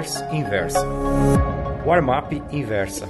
Traders Inversa. Warm-up Inversa.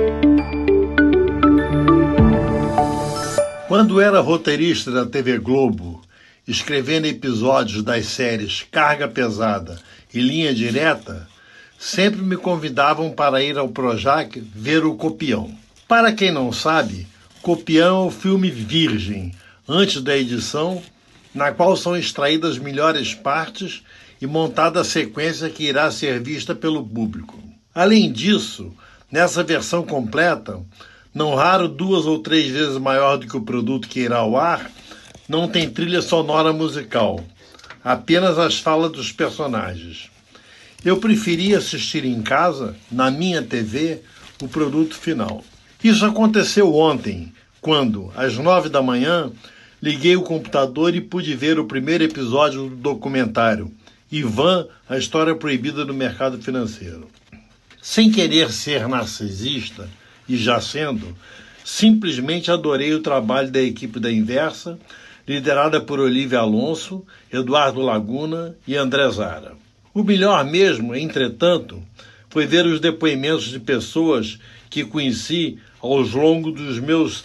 Quando era roteirista da TV Globo, escrevendo episódios das séries Carga Pesada e Linha Direta, sempre me convidavam para ir ao Projac ver o Copião. Para quem não sabe, Copião é o filme virgem, antes da edição, na qual são extraídas as melhores partes e montada a sequência que irá ser vista pelo público. Além disso, nessa versão completa, não raro 2 ou 3 vezes maior do que o produto que irá ao ar, não tem trilha sonora musical, apenas as falas dos personagens. Eu preferia assistir em casa, na minha TV, o produto final. Isso aconteceu ontem, quando, às 9 da manhã, liguei o computador e pude ver o primeiro episódio do documentário Ivan, a história proibida do mercado financeiro. Sem querer ser narcisista, e já sendo, simplesmente adorei o trabalho da equipe da Inversa, liderada por Olívia Alonso, Eduardo Laguna e André Zara. O melhor mesmo, entretanto, foi ver os depoimentos de pessoas que conheci ao longo dos meus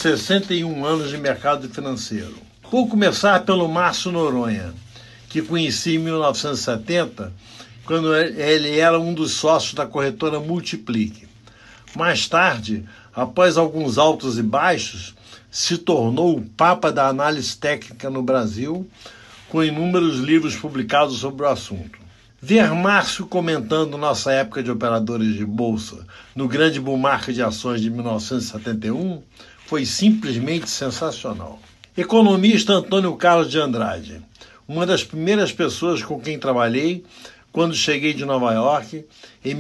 61 anos de mercado financeiro. Vou começar pelo Márcio Noronha, que conheci em 1970, quando ele era um dos sócios da corretora Multiplique. Mais tarde, após alguns altos e baixos, se tornou o papa da análise técnica no Brasil, com inúmeros livros publicados sobre o assunto. Ver Márcio comentando nossa época de operadores de bolsa no grande bull market de ações de 1971 foi simplesmente sensacional. Economista Antônio Carlos de Andrade, uma das primeiras pessoas com quem trabalhei quando cheguei de Nova York em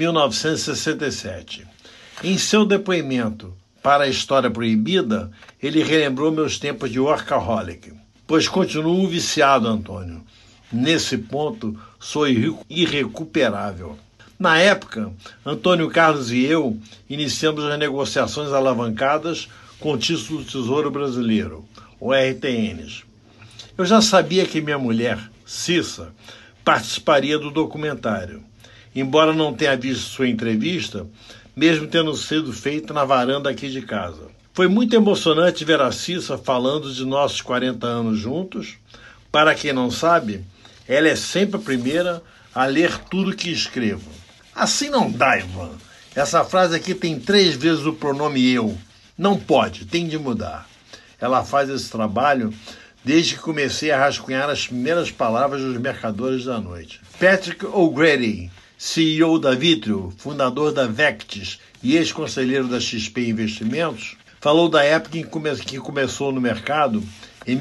1967. Em seu depoimento para a História Proibida, ele relembrou meus tempos de workaholic. Pois continuo viciado, Antônio. Nesse ponto, sou irrecuperável. Na época, Antônio Carlos e eu iniciamos as negociações alavancadas com o título do Tesouro Brasileiro, o RTNs. Eu já sabia que minha mulher, Cissa, participaria do documentário, embora não tenha visto sua entrevista, mesmo tendo sido feita na varanda aqui de casa. Foi muito emocionante ver a Cissa falando de nossos 40 anos juntos. Para quem não sabe, ela é sempre a primeira a ler tudo que escrevo. Assim não dá, Ivan. Essa frase aqui tem 3 vezes o pronome eu. Não pode, tem de mudar. Ela faz esse trabalho desde que comecei a rascunhar as primeiras palavras dos Mercadores da Noite. Patrick O'Grady, CEO da Vitrio, fundador da Vectis e ex-conselheiro da XP Investimentos, falou da época em que começou no mercado, em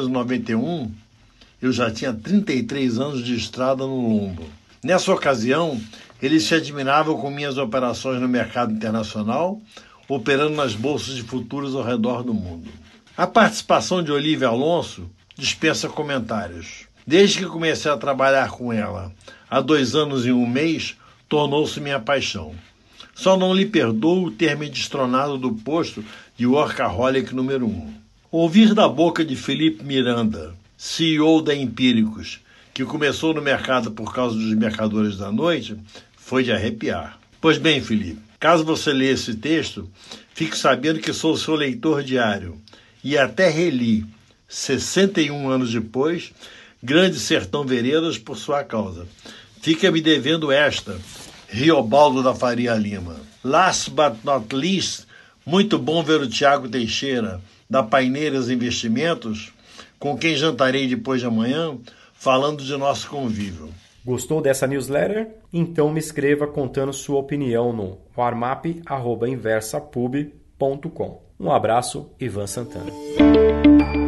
1991, eu já tinha 33 anos de estrada no lombo. Nessa ocasião, ele se admirava com minhas operações no mercado internacional, operando nas bolsas de futuros ao redor do mundo. A participação de Olívia Alonso dispensa comentários. Desde que comecei a trabalhar com ela, há 2 anos e 1 mês, tornou-se minha paixão. Só não lhe perdoo ter me destronado do posto de workaholic número 1. Ouvir da boca de Felipe Miranda, CEO da Empíricos, que começou no mercado por causa dos Mercadores da Noite, foi de arrepiar. Pois bem, Felipe, caso você leia esse texto, fique sabendo que sou seu leitor diário e até reli, 61 anos depois, Grande Sertão Veredas por sua causa. Fica me devendo esta, Riobaldo da Faria Lima. Last but not least, muito bom ver o Tiago Teixeira, da Paineiras Investimentos, com quem jantarei depois de amanhã, falando de nosso convívio. Gostou dessa newsletter? Então me escreva contando sua opinião no warmap@inversapub.com. Um abraço, Ivan Santana.